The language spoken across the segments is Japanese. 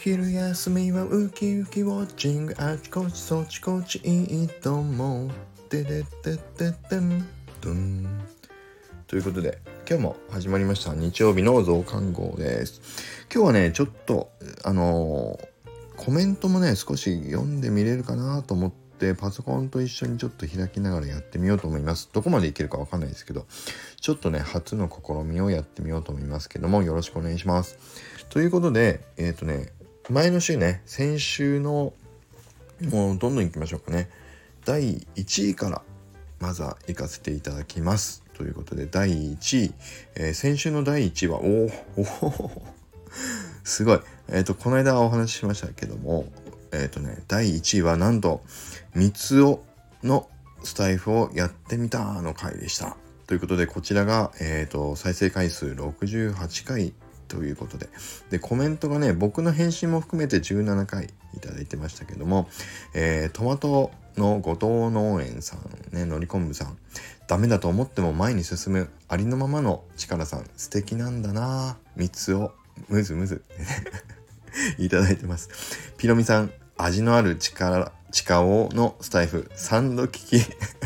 昼休みはウキウキウォッチング、あちこちそちこちいいと思う。でででででんどん。ということで今日も始まりました日曜日の増刊号です。今日はねちょっとコメントもね少し読んでみれるかなと思ってパソコンと一緒にちょっと開きながらやってみようと思います。どこまでいけるかわかんないですけど、ちょっとね初の試みをやってみようと思いますけども、よろしくお願いします。ということで前の週ね、先週のもうどんどんいきましょうかね。第1位からまずは行かせていただきます。ということで第1位、先週の第1位はすごい、この間お話ししましたけども、第1位はなんと三つおのスタイフをやってみたの回でした。ということでこちらが、再生回数68回ということで、コメントがね僕の返信も含めて17回いただいてましたけども、トマトの後藤農園さんね、のりこんぶさん、ダメだと思っても前に進むありのままの力さん、素敵なんだな、三つをむずむずいただいてます。ピロミさん、味のある力をのスタイフ3度聞き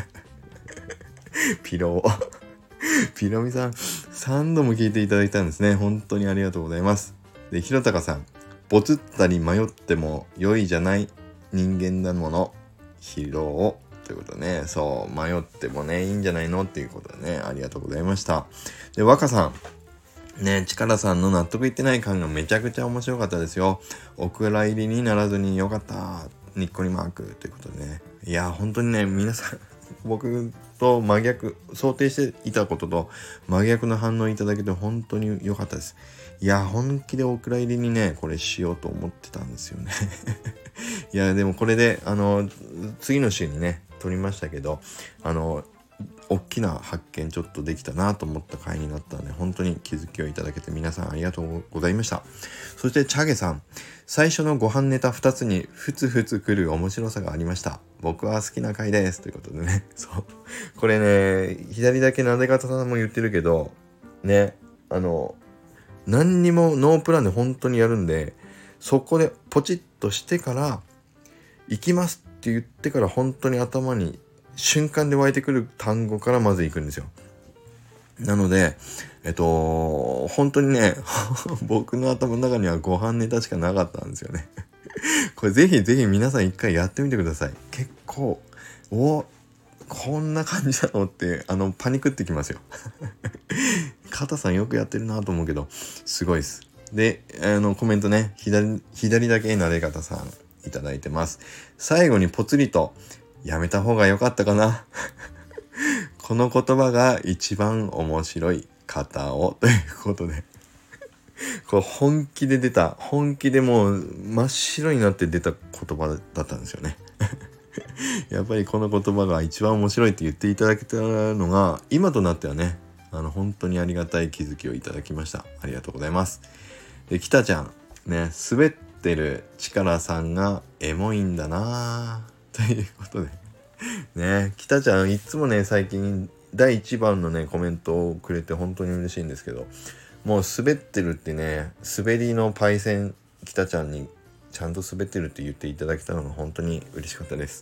ピロミさん3度も聞いていただいたんですね。本当にありがとうございます。で、ひろたかさん、ボツったり迷っても良いじゃない人間だもの、疲労ということでね、そう迷ってもねいいんじゃないのっていうことでね、ありがとうございました。で、若さんね、力さんの納得いってない感がめちゃくちゃ面白かったですよ。お蔵入りにならずによかった、にっこりマークということでね、いや本当にね皆さん僕と真逆、想定していたことと真逆の反応いただけて本当に良かったです。いや本気でお蔵入りにねこれしようと思ってたんですよねいやでもこれで次の週にね撮りましたけど、大きな発見ちょっとできたなと思った回になったので、本当に気づきをいただけて皆さんありがとうございました。そしてチャゲさん、最初のご飯ネタ2つにふつふつくる面白さがありました。僕は好きな回ですということでね、そうこれね左だけなで方さんも言ってるけどね、何にもノープランで本当にやるんで、そこでポチッとしてから行きますって言ってから本当に頭に瞬間で湧いてくる単語からまず行くんですよ。なので本当にね僕の頭の中にはご飯ネタしかなかったんですよねこれぜひぜひ皆さん一回やってみてください。結構こんな感じなのってパニックってきますよ片さんよくやってるなと思うけどすごいです。でコメントね、左だけなで方さんいただいてます。最後にぽつりとやめた方が良かったかなこの言葉が一番面白い方をということでこれ本気でもう真っ白になって出た言葉だったんですよねやっぱりこの言葉が一番面白いって言っていただけたのが今となってはね本当にありがたい気づきをいただきました。ありがとうございます。で、きたちゃんね、滑ってる力さんがエモいんだなということでね、きたちゃんいつもね最近第1番のねコメントをくれて本当に嬉しいんですけど、もう滑ってるってね、滑りのパイセンきたちゃんにちゃんと滑ってるって言っていただけたのが本当に嬉しかったです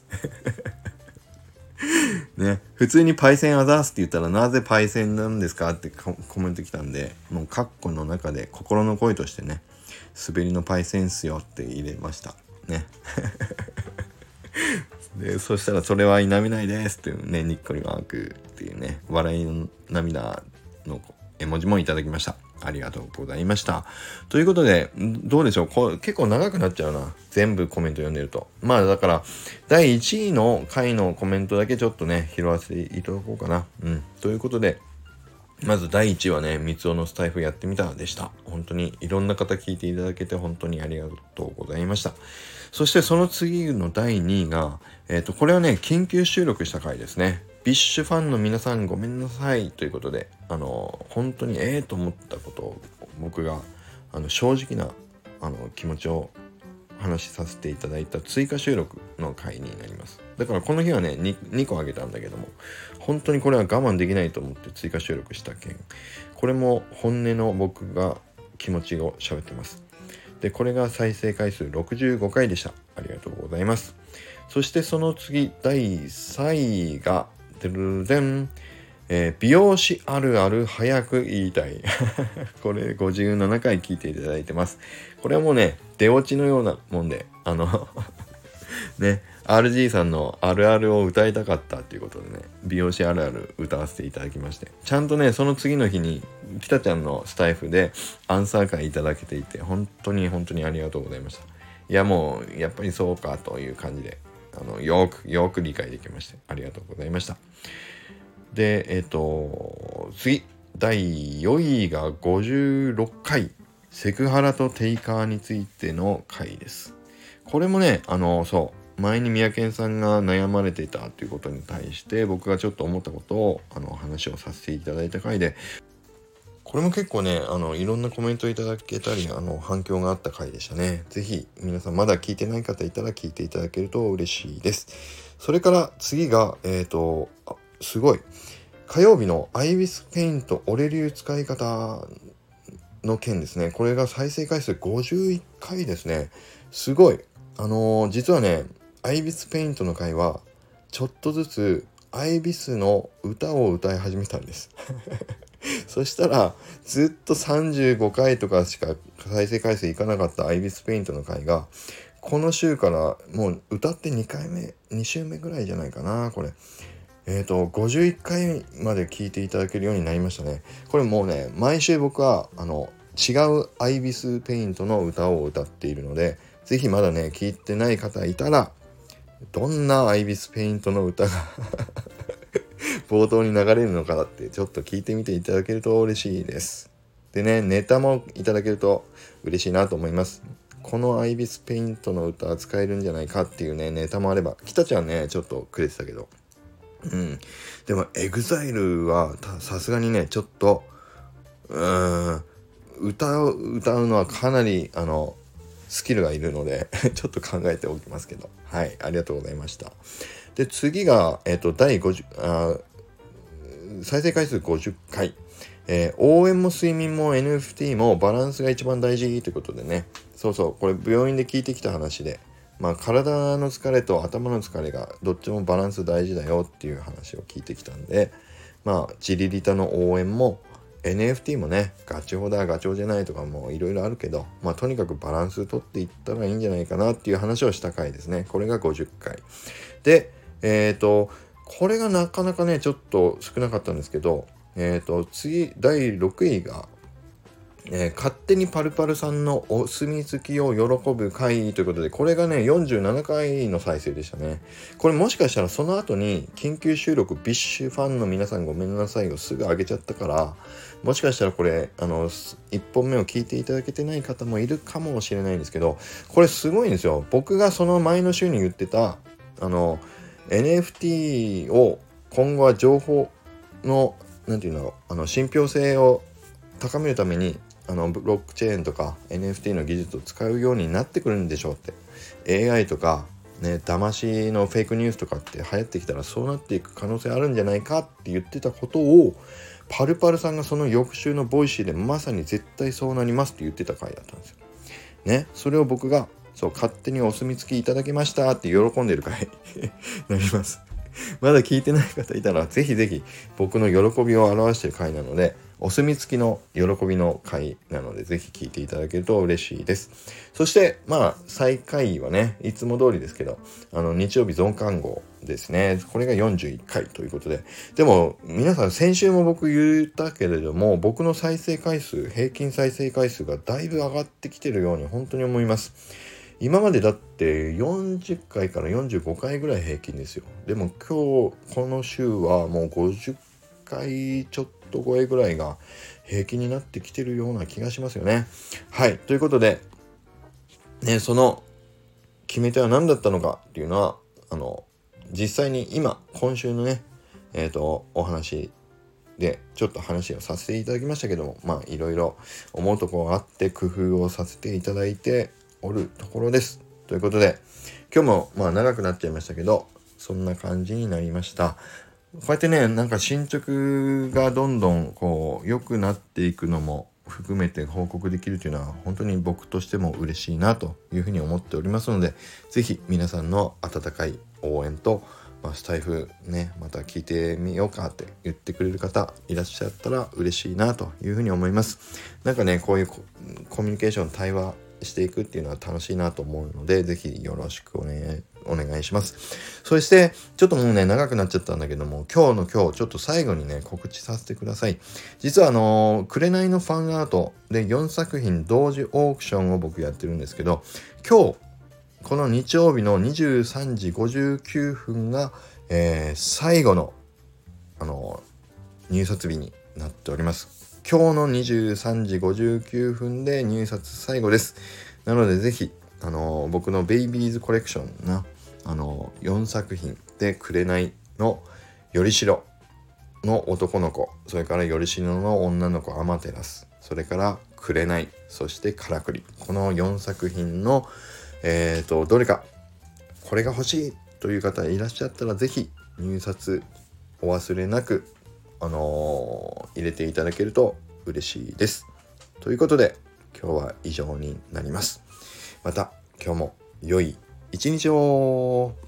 ね、普通にパイセンあざーすって言ったらなぜパイセンなんですかってコメント来たんで、もうカッコの中で心の声としてね、滑りのパイセンっすよって入れましたねで、そしたらそれは否めないですっていうね、にっこりマークっていうね、笑いの涙の絵文字もいただきました。ありがとうございました。ということで、どうでしょう、これ結構長くなっちゃうな、全部コメント読んでると。まあだから第1位の回のコメントだけちょっとね拾わせていただこうかな。ということで、まず第1位はね、三つおのスタイフやってみたでした。本当にいろんな方聞いていただけて本当にありがとうございました。そしてその次の第2位が、これはね緊急収録した回ですね。ビッシュファンの皆さんごめんなさいということで、本当にと思ったことを僕が正直な気持ちを話しさせていただいた追加収録の回になります。だからこの日はね 2個あげたんだけども、本当にこれは我慢できないと思って追加収録した件、これも本音の僕が気持ちを喋ってます。 で、これが再生回数65回でした。ありがとうございます。そしてその次、第3位が、でるでん、美容師あるある早く言いたい。これ57回聞いていただいてます。これはもうね、出落ちのようなもんで、ね、RG さんのあるあるを歌いたかったっていうことでね、美容師あるある歌わせていただきまして、ちゃんとね、その次の日に、北ちゃんのスタイフでアンサー会いただけていて、本当にありがとうございました。いや、もう、やっぱりそうかという感じで、よく理解できまして、ありがとうございました。で、次、第4位が56回、セクハラとテイカーについての回です。これもね、前に宮健さんが悩まれていたということに対して僕がちょっと思ったことを話をさせていただいた回で、これも結構ねいろんなコメントいただけたり反響があった回でしたね。ぜひ皆さんまだ聞いてない方いたら聞いていただけると嬉しいです。それから次がすごい火曜日のアイビスペイント俺流使い方の件ですね。これが再生回数51回ですね。すごい実はねアイビスペイントの回はちょっとずつアイビスの歌を歌い始めたんですそしたらずっと35回とかしか再生回数いかなかったアイビスペイントの回がこの週からもう歌って2週目ぐらいじゃないかな。これ51回まで聞いていただけるようになりましたね。これもうね毎週僕は違うアイビスペイントの歌を歌っているので、ぜひまだね聞いてない方いたらどんなアイビスペイントの歌が冒頭に流れるのかってちょっと聞いてみていただけると嬉しいです。でね、ネタもいただけると嬉しいなと思います。このアイビスペイントの歌使えるんじゃないかっていうねネタもあれば、北ちゃんねちょっとくれてたけど、でもエグザイルはさすがにねちょっと歌うのはかなりスキルがいるのでちょっと考えておきますけど、はい、ありがとうございました。で次が第50再生回数50回、応援も睡眠も NFT もバランスが一番大事ということでね、これ病院で聞いてきた話で、体の疲れと頭の疲れがどっちもバランス大事だよっていう話を聞いてきたんで、ジリリタの応援も NFT もね、ガチホだガチホじゃないとかもいろいろあるけど、とにかくバランス取っていったらいいんじゃないかなっていう話をした回ですね。これが50回で、これがなかなかねちょっと少なかったんですけど、次第6位が、勝手にパルパルさんのお墨付きを喜ぶ回ということで、これがね47回の再生でしたね。これもしかしたらその後に緊急収録ビッシュファンの皆さんごめんなさいをすぐ上げちゃったから、もしかしたらこれ1本目を聞いていただけてない方もいるかもしれないんですけど、これすごいんですよ。僕がその前の週に言ってたNFT を今後は情報の信憑性を高めるためにブロックチェーンとか NFT の技術を使うようになってくるんでしょうって、 AI とかね騙しのフェイクニュースとかって流行ってきたらそうなっていく可能性あるんじゃないかって言ってたことを、パルパルさんがその翌週のボイシーでまさに絶対そうなりますって言ってた回だったんですよね。それを僕が勝手にお墨付きいただきましたって喜んでる回になります。まだ聞いてない方いたらぜひぜひ僕の喜びを表している回なので、お墨付きの喜びの回なのでぜひ聞いていただけると嬉しいです。そして最下位はねいつも通りですけど日曜日増刊号ですね。これが41回ということで、でも皆さん先週も僕言ったけれども、僕の再生回数平均再生回数がだいぶ上がってきてるように本当に思います。今までだって40回から45回ぐらい平均ですよ。でも今日この週はもう50回ちょっと超えぐらいが平均になってきてるような気がしますよね。はい、ということでね、その決め手は何だったのかっていうのは実際に今週のねお話でちょっと話をさせていただきましたけども、いろいろ思うところがあって工夫をさせていただいておるところです。ということで今日も長くなっちゃいましたけど、そんな感じになりました。こうやってね進捗がどんどん良くなっていくのも含めて報告できるというのは本当に僕としても嬉しいなというふうに思っておりますので、ぜひ皆さんの温かい応援と、スタイフねまた聞いてみようかって言ってくれる方いらっしゃったら嬉しいなというふうに思います。なんかねこういうコミュニケーション対話していくっていうのは楽しいなと思うので、ぜひよろしくお願いします。そしてちょっともうね長くなっちゃったんだけども、今日ちょっと最後にね告知させてください。実は紅のファンアートで4作品同時オークションを僕やってるんですけど、今日この日曜日の23時59分が、最後の、入札日になっております。今日の23時59分で入札最後です。なのでぜひ、僕のベイビーズコレクションな、4作品で紅のよりしろの男の子、それからよりしろの女の子アマテラス、それから紅、そしてからくり、この4作品のどれかこれが欲しいという方いらっしゃったらぜひ入札お忘れなく、入れていただけると嬉しいです。ということで今日は以上になります。また今日も良い一日を。